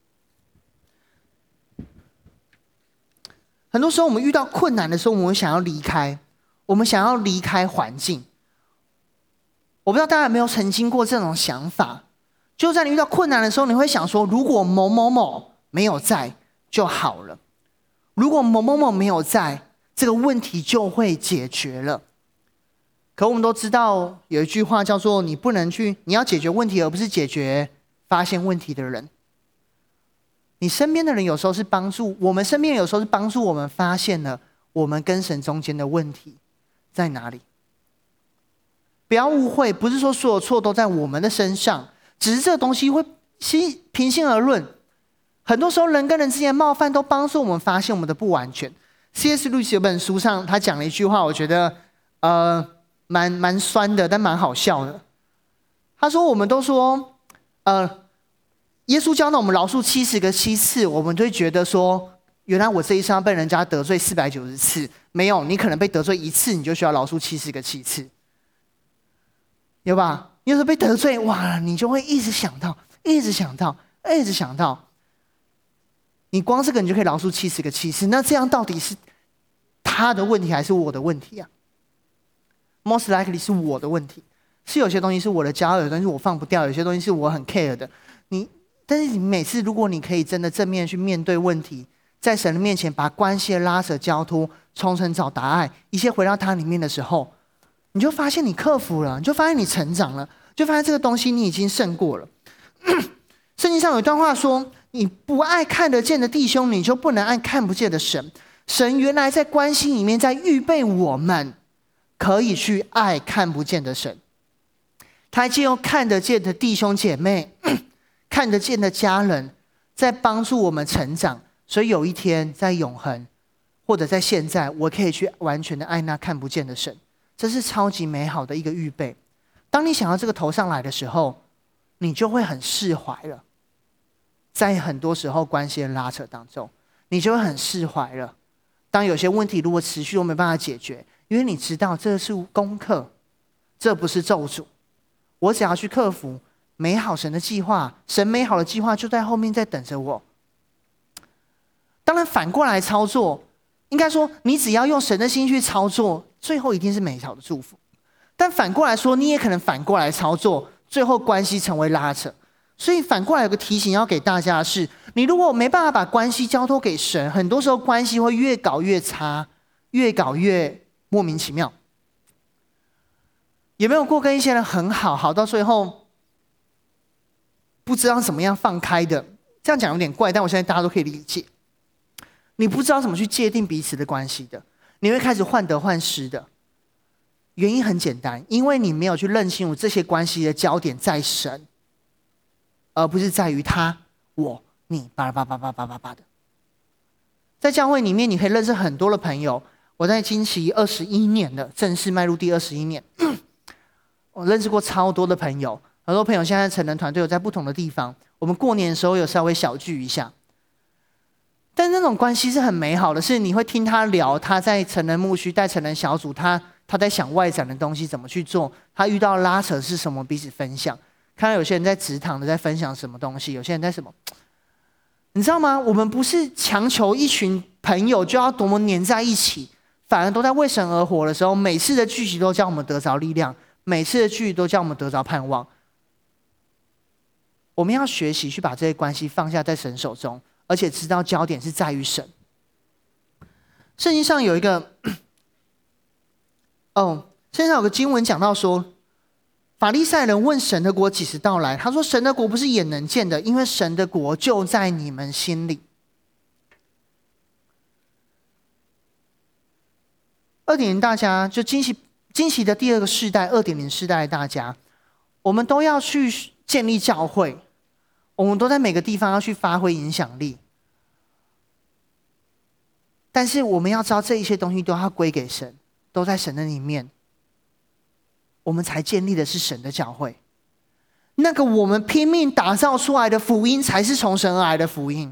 很多时候我们遇到困难的时候，我们想要离开，我们想要离开环境。我不知道大家有没有曾经过这种想法，就在你遇到困难的时候，你会想说，如果某某某没有在就好了，如果某某某没有在，这个问题就会解决了。可我们都知道有一句话叫做，你不能去，你要解决问题，而不是解决发现问题的人。你身边的人有时候是帮助我们，身边有时候是帮助我们发现了我们跟神中间的问题在哪里。不要误会，不是说所有错都在我们的身上，只是这个东西会平心而论，很多时候人跟人之间的冒犯都帮助我们发现我们的不完全。C S 路易斯有本书上，他讲了一句话，我觉得呃蛮蛮酸的，但蛮好笑的。他说：“我们都说，呃。”耶稣教导我们饶恕七十个七次，我们就会觉得说，原来我这一生要被人家得罪四百九十次，没有，你可能被得罪一次，你就需要饶恕七十个七次，有吧？有时候被得罪，哇，你就会一直想到，一直想到，一直想到，你光这个你就可以饶恕七十个七次，那这样到底是他的问题还是我的问题啊 ？Most likely 是我的问题，是有些东西是我的骄傲，有些东西我放不掉，有些东西是我很 care 的，你。但是你每次，如果你可以真的正面去面对问题，在神的面前把关系的拉扯交托，重新找答案，一切回到他里面的时候，你就发现你克服了，你就发现你成长了，就发现这个东西你已经胜过了。圣经上有一段话说：“你不爱看得见的弟兄，你就不能爱看不见的神。”神原来在关系里面在预备我们，可以去爱看不见的神。他借用看得见的弟兄姐妹。看得见的家人在帮助我们成长，所以有一天在永恒或者在现在，我可以去完全的爱那看不见的神，这是超级美好的一个预备。当你想要这个头上来的时候，你就会很释怀了。在很多时候关系的拉扯当中，你就会很释怀了。当有些问题如果持续都没办法解决，因为你知道这是功课，这不是咒诅，我只要去克服。美好神的计划，神美好的计划就在后面在等着我。当然反过来操作，应该说你只要用神的心去操作，最后一定是美好的祝福。但反过来说，你也可能反过来操作，最后关系成为拉扯。所以反过来有个提醒要给大家的是，你如果没办法把关系交托给神，很多时候关系会越搞越差，越搞越莫名其妙。有没有过跟一些人很好，好到最后不知道怎么样放开的？这样讲有点怪，但我相信大家都可以理解。你不知道怎么去界定彼此的关系的，你会开始患得患失的。原因很简单，因为你没有去认清楚这些关系的焦点在神，而不是在于他、我、你，巴拉巴拉巴拉巴拉巴拉的。在教会里面，你可以认识很多的朋友。我在金旗二十一年了，正式迈入第二十一年，我认识过超多的朋友。很多朋友现在成人团队有在不同的地方，我们过年的时候有稍微小聚一下，但那种关系是很美好的，是你会听他聊他在成人牧区带成人小组，他他在想外展的东西怎么去做，他遇到拉扯是什么，彼此分享。看到有些人在职堂的在分享什么东西，有些人在什么，你知道吗？我们不是强求一群朋友就要多么黏在一起，反而都在为神而活的时候，每次的聚集都叫我们得着力量，每次的聚集都叫我们得着盼望。 我们要学习去把这些关系放下在神手中，而且知道焦点是在于神。圣经上有一个，哦，圣经上有个经文讲到说，法利赛人问神的国几时到来？他说：“神的国不是眼能见的，因为神的国就在你们心里。”二点零大家就惊奇惊奇的第二个世代，二点零世代的大家，我们都要去建立教会，我们都在每个地方要去发挥影响力。但是我们要知道，这一些东西都要归给神，都在神的里面，我们才建立的是神的教会。那个我们拼命打造出来的福音，才是从神而来的福音。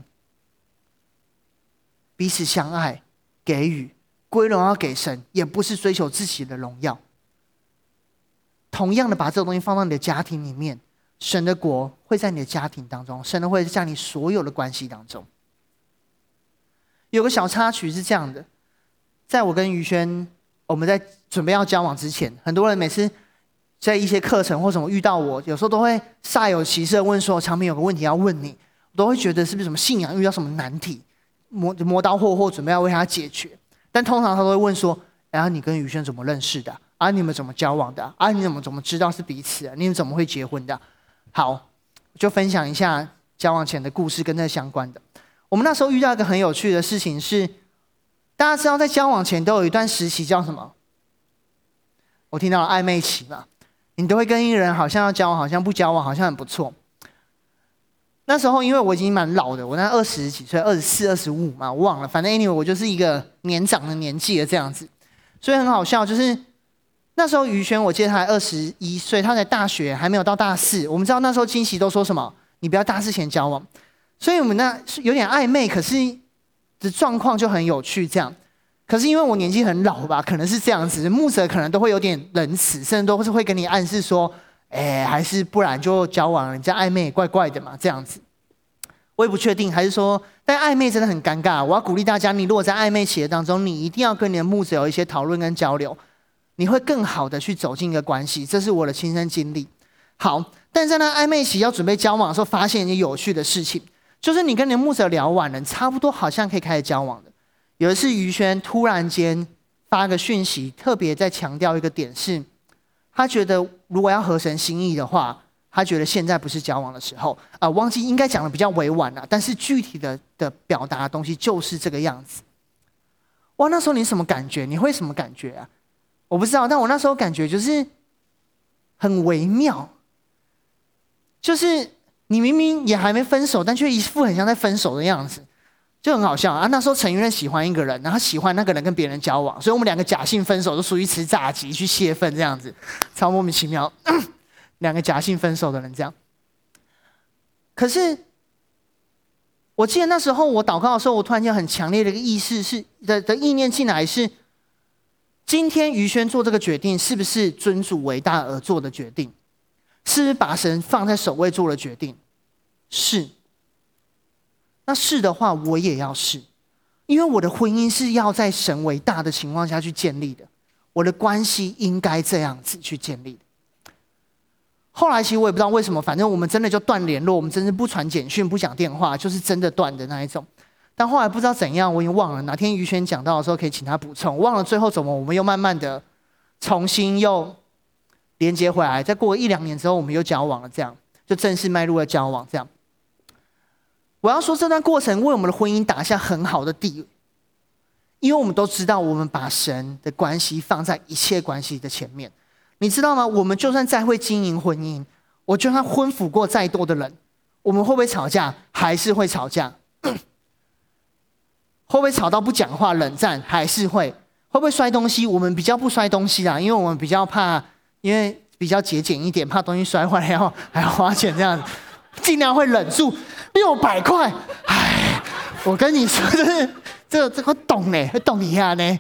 彼此相爱，给予，归荣耀给神，也不是追求自己的荣耀。同样的，把这个东西放到你的家庭里面，神的国会在你的家庭当中，神的会在你所有的关系当中。有个小插曲是这样的，在我跟于轩我们在准备要交往之前，很多人每次在一些课程或什么遇到我，有时候都会煞有其事的问说：“长平有个问题要问你。”我都会觉得是不是什么信仰遇到什么难题，磨磨刀霍霍准备要为他解决。但通常他都会问说：“然后你跟于轩怎么认识的？啊，你们怎么交往的？啊，你怎么怎么知道是彼此的？你们怎么会结婚的？”好，就分享一下交往前的故事跟这相关的。我们那时候遇到一个很有趣的事情是，大家知道在交往前都有一段时期叫什么？我听到了暧昧期嘛，你都会跟一个人好像要交往，好像不交往，好像很不错。那时候因为我已经蛮老的，我那二十几岁，二十四、二十五嘛，我忘了，反正 anyway 我就是一个年长的年纪了这样子，所以很好笑，就是那时候于轩，我记得他才二十一岁，他才大学，还没有到大四。我们知道那时候惊喜都说什么？你不要大四前交往。所以我们那有点暧昧，可是的状况就很有趣这样。可是因为我年纪很老吧，可能是这样子，牧者可能都会有点仁慈，甚至都是会跟你暗示说，哎，还是不然就交往了，人家暧昧也怪怪的嘛，这样子。我也不确定，还是说，但暧昧真的很尴尬。我要鼓励大家，你如果在暧昧期的当中，你一定要跟你的牧者有一些讨论跟交流，你会更好的去走进一个关系，这是我的亲身经历。好，但在那暧昧期要准备交往的时候，发现一件有趣的事情。就是你跟你的牧者聊完了，差不多好像可以开始交往了。有一次于轩突然间发个讯息，特别在强调一个点是，他觉得如果要合神心意的话，他觉得现在不是交往的时候啊、呃，忘记应该讲的比较委婉了，但是具体的的表达的东西就是这个样子。哇，那时候你什么感觉？你会什么感觉啊？我不知道，但我那时候感觉就是很微妙，就是。你明明也还没分手，但却一副很像在分手的样子，就很好笑啊！那时候陈玉任喜欢一个人，然后喜欢那个人跟别人交往，所以我们两个假性分手，都属于吃炸鸡去泄愤这样子，超莫名其妙。两个假性分手的人这样。可是我记得那时候我祷告的时候，我突然间很强烈的一个意识是的的意念进来是，今天于轩做这个决定，是不是尊主为大而做的决定？是不是把神放在首位做了决定？是。那是的话，我也要是，因为我的婚姻是要在神为大的情况下去建立的，我的关系应该这样子去建立的。后来其实我也不知道为什么，反正我们真的就断联络，我们真是不传简讯、不讲电话，就是真的断的那一种。但后来不知道怎样，我已经忘了。哪天于轩讲到的时候，可以请他补充。我忘了最后怎么，我们又慢慢的重新又连接回来，再过一两年之后，我们又交往了，这样就正式迈入了交往。这样，我要说这段过程为我们的婚姻打下很好的地位，因为我们都知道，我们把神的关系放在一切关系的前面。你知道吗？我们就算再会经营婚姻，我就算婚辅过再多的人，我们会不会吵架？还是会吵架。会不会吵到不讲话、冷战？还是会。会不会摔东西？我们比较不摔东西啦，因为我们比较怕。因为比较节俭一点，怕东西摔坏了要还要花钱这样子，尽量会忍住。六百块，哎，我跟你说，就是这这个懂呢，会懂一下呢。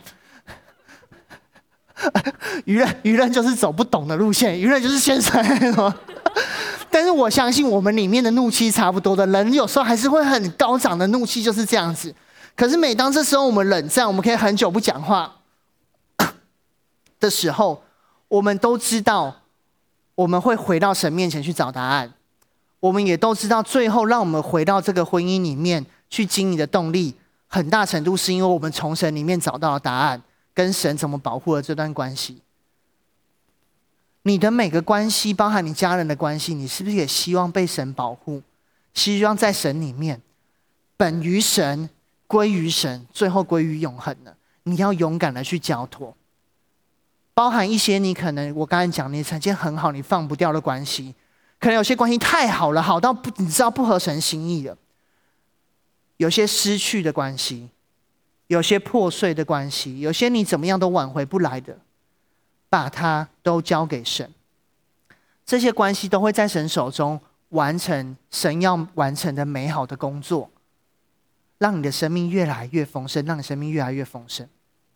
舆论舆论就是走不懂的路线，舆论就是先摔什么。但是我相信我们里面的怒气差不多的人，有时候还是会很高涨的怒气，就是这样子。可是每当这时候我们冷战，我们可以很久不讲话的时候。我们都知道，我们会回到神面前去找答案。 我们也都知道，最后让我们回到这个婚姻里面去经营的动力，很大程度是因为我们从神里面找到了答案，跟神怎么保护了这段关系。你的每个关系，包含你家人的关系，你是不是也希望被神保护？希望在神里面，本于神，归于神，最后归于永恒呢？你要勇敢的去交托，包含一些你可能我刚才讲你曾经很好，你放不掉的关系，可能有些关系太好了，好到不你知道不合神心意的，有些失去的关系，有些破碎的关系，有些你怎么样都挽回不来的，把它都交给神。这些关系都会在神手中完成神要完成的美好的工作，让你的生命越来越丰盛，让你生命越来越丰盛。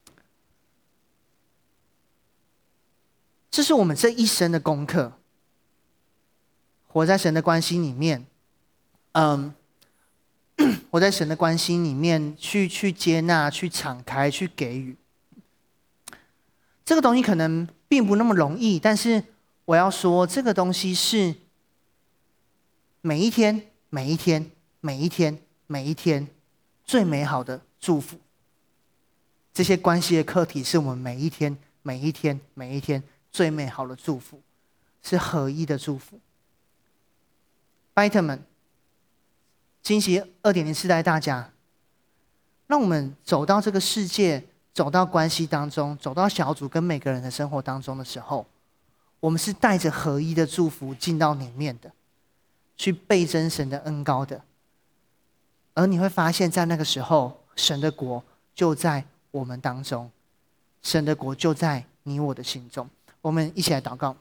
这是我们这一生的功课，活在神的关系里面，嗯，活在神的关系里面，去去接纳，去敞开，去给予。这个东西可能并不那么容易，但是我要说，这个东西是每一天、每一天、每一天、每一天最美好的祝福。这些关系的课题是我们每一天、每一天、每一天最美好的祝福，是合一的祝福。拜特们，惊喜 二点零 世代大家，让我们走到这个世界，走到关系当中，走到小组跟每个人的生活当中的时候，我们是带着合一的祝福进到里面的，去倍增神的恩膏的。而你会发现在那个时候，神的国就在我们当中，神的国就在你我的心中。我们一起来祷告。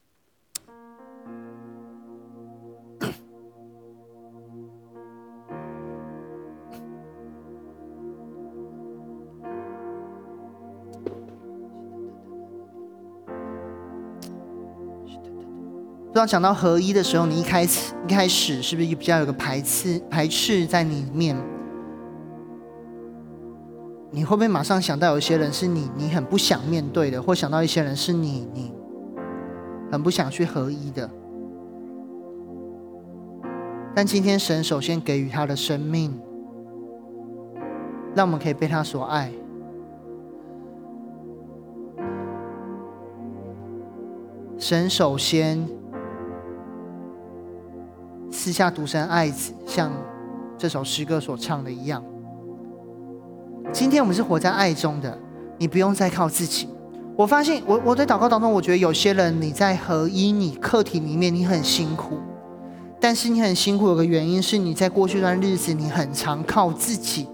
不知道讲到合一的时候，你一开始一开始是不是比较有个排斥排斥在里面？你会不会马上想到有一些人是你你很不想面对的，或想到一些人是你你很不想去合一的？但今天神首先给予他的生命，让我们可以被他所爱。神首先赐下独生爱子，像这首诗歌所唱的一样。今天我们是活在爱中的，你不用再靠自己。我发现我我在祷告当中，我觉得有些人你在合一你课题里面你很辛苦，但是你很辛苦有个原因是你在过去一段日子你很常靠自己，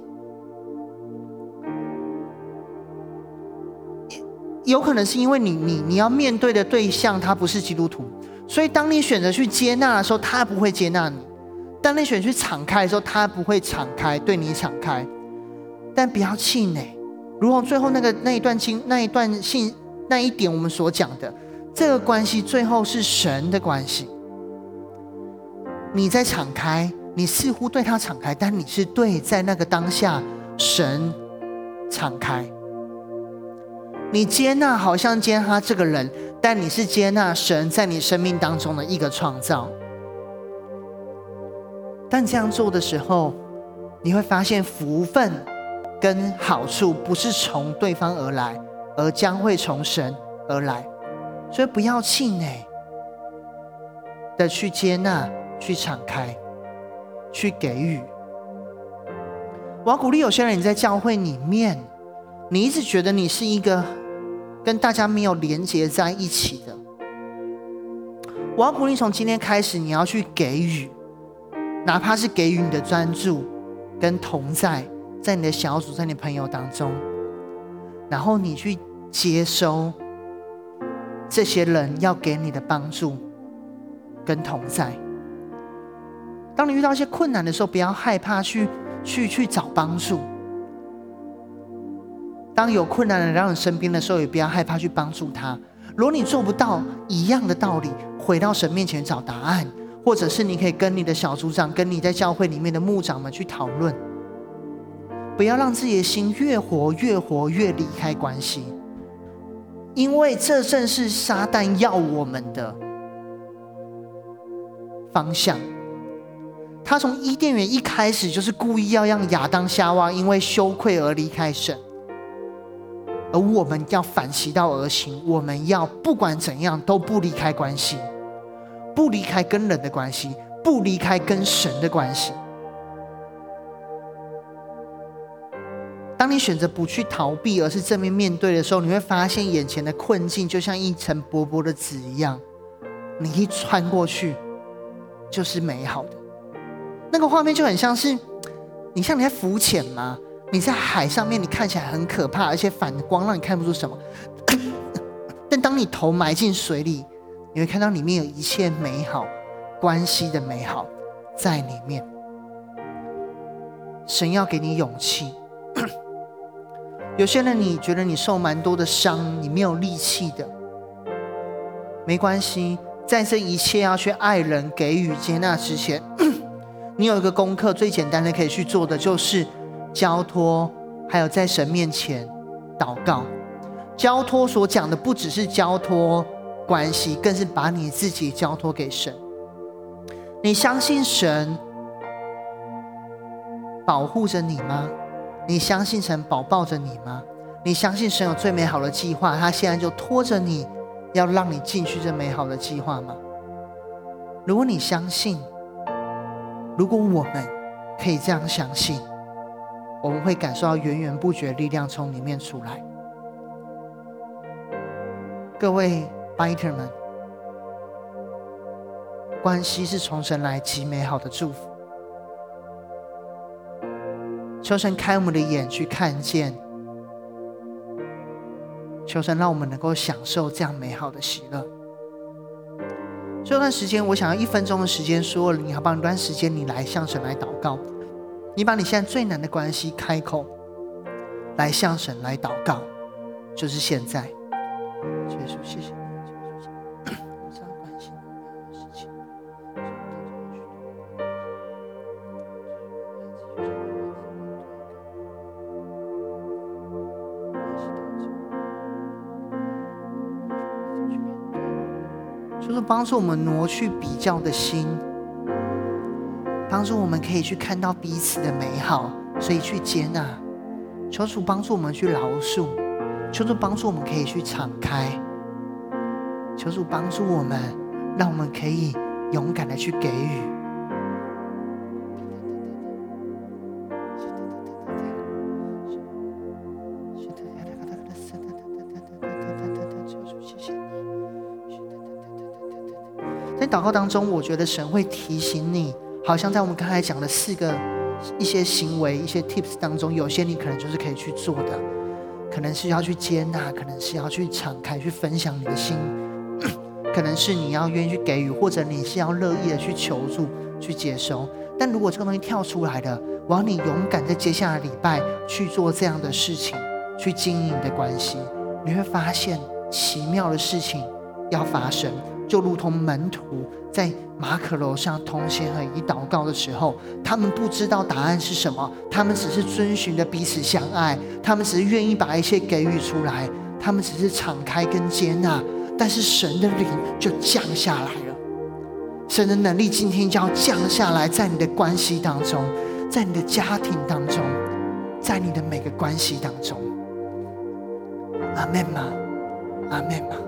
有可能是因为你你你要面对的对象他不是基督徒，所以当你选择去接纳的时候，他不会接纳你；当你选择去敞开的时候，他不会敞开对你敞开。但不要气馁，如同最后那个那一段经那一段信那一点我们所讲的，这个关系最后是神的关系。你在敞开，你似乎对他敞开，但你是对在那个当下神敞开。你接纳好像接纳他这个人，但你是接纳神在你生命当中的一个创造。但这样做的时候，你会发现福分跟好处不是从对方而来，而将会从神而来。所以不要气馁的去接纳，去敞开，去给予。我要鼓励有些人，你在教会里面，你一直觉得你是一个跟大家没有连结在一起的。我要鼓励从今天开始，你要去给予，哪怕是给予你的专注跟同在，在你的小组，在你朋友当中，然后你去接收这些人要给你的帮助跟同在。当你遇到一些困难的时候，不要害怕去去去找帮助。当有困难的人来到你身边的时候，也不要害怕去帮助他。如果你做不到一样的道理，回到神面前找答案，或者是你可以跟你的小组长，跟你在教会里面的牧长们去讨论。不要让自己的心越活越活越离开关系，因为这正是撒旦要我们的方向， 他从伊甸园一开始就是故意要让亚当夏娃因为羞愧而离开神，而我们要反其道而行，我们要不管怎样都不离开关系，不离开跟人的关系，不离开跟神的关系。当你选择不去逃避，而是正面面对的时候，你会发现眼前的困境就像一层薄薄的纸一样，你一穿过去就是美好的。那个画面就很像是，你像你在浮潜吗？你在海上面，你看起来很可怕，而且反光让你看不出什么。但当你头埋进水里，你会看到里面有一切美好，关系的美好在里面。神要给你勇气。有些人你觉得你受蛮多的伤，你没有力气的，没关系，在这一切要去爱人、给予、接纳之前，你有一个功课，最简单的可以去做的就是交托，还有在神面前祷告。交托所讲的不只是交托关系，更是把你自己交托给神。你相信神保护着你吗？你相信神保抱着你吗？你相信神有最美好的计划，他现在就拖着你，要让你进去这美好的计划吗？如果你相信，如果我们可以这样相信，我们会感受到源源不绝的力量从里面出来。各位 Biter 们，关系是从神来极美好的祝福。求神开我们的眼去看见，求神让我们能够享受这样美好的喜乐。这段时间我想要一分钟的时间，所有人你好不好？一段时间你来向神来祷告，你把你现在最难的关系开口来向神来祷告，就是现在。耶稣，谢谢你。就是帮助我们挪去比较的心，帮助我们可以去看到彼此的美好，所以去接纳。求主帮助我们去饶恕，求主帮助我们可以去敞开，求主帮助我们，让我们可以勇敢的去给予。在祷告当中，我觉得神会提醒你，好像在我们刚才讲的四个一些行为、一些 tips 当中，有些你可能就是可以去做的，可能是要去接纳，可能是要去敞开、去分享你的心，可能是你要愿意去给予，或者你是要乐意的去求助、去接收。但如果这个东西跳出来了，我要你勇敢在接下来的礼拜去做这样的事情，去经营你的关系，你会发现奇妙的事情要发生。就如同门徒在马可楼上同行合一祷告的时候，他们不知道答案是什么，他们只是遵循着彼此相爱，他们只是愿意把一切给予出来，他们只是敞开跟接纳，但是神的灵就降下来了。神的能力今天就要降下来，在你的关系当中，在你的家庭当中，在你的每个关系当中。阿们吗？阿们吗？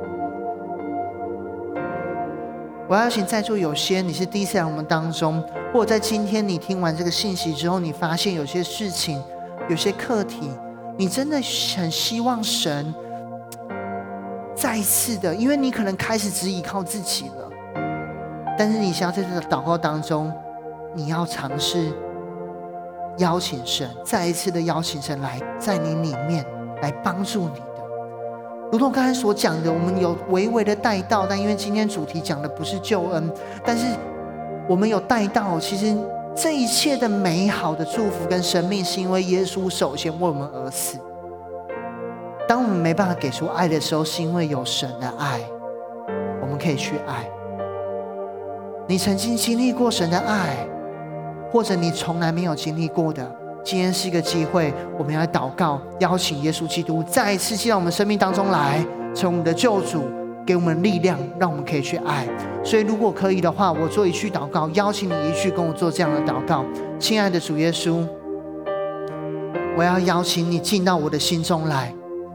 我要请在座有些你是第一次来我们当中，或者在今天你听完这个信息之后，你发现有些事情、有些课题，你真的很希望神再一次的，因为你可能开始只依靠自己了，但是你想要在这个祷告当中，你要尝试邀请神，再一次的邀请神来在你里面来帮助你。如同刚才所讲的，我们有微微的带到，但因为今天主题讲的不是救恩，但是我们有带到，其实这一切的美好的祝福跟生命，是因为耶稣首先为我们而死。当我们没办法给出爱的时候，是因为有神的爱，我们可以去爱。你曾经经历过神的爱，或者你从来没有经历过的，今天是一个机会，我们要来祷告，邀请耶稣基督再一次进到我们生命当中来，成为我们的救主， 给我们力量，让我们可以去爱。所以如果可以的话，我做一句祷告，邀请你一句跟我做这样的祷告。亲爱的主耶稣，我要邀请你进到我的心中来，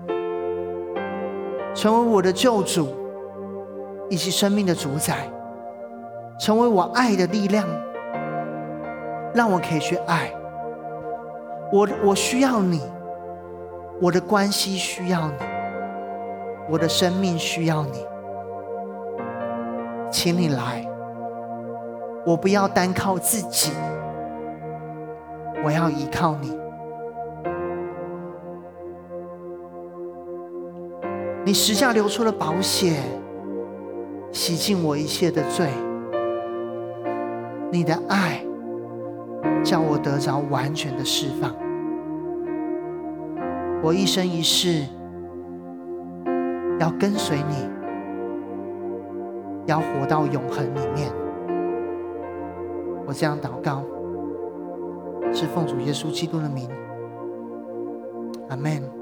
成为我的救主以及生命的主宰，成为我爱的力量，让我可以去爱。我我需要你，我的关系需要你，我的生命需要你，请你来。我不要单靠自己，我要依靠你。你十架流出了宝血，洗净我一切的罪。你的爱叫我得着完全的释放。我一生一世要跟随你，要活到永恒里面。我这样祷告，是奉主耶稣基督的名，阿们。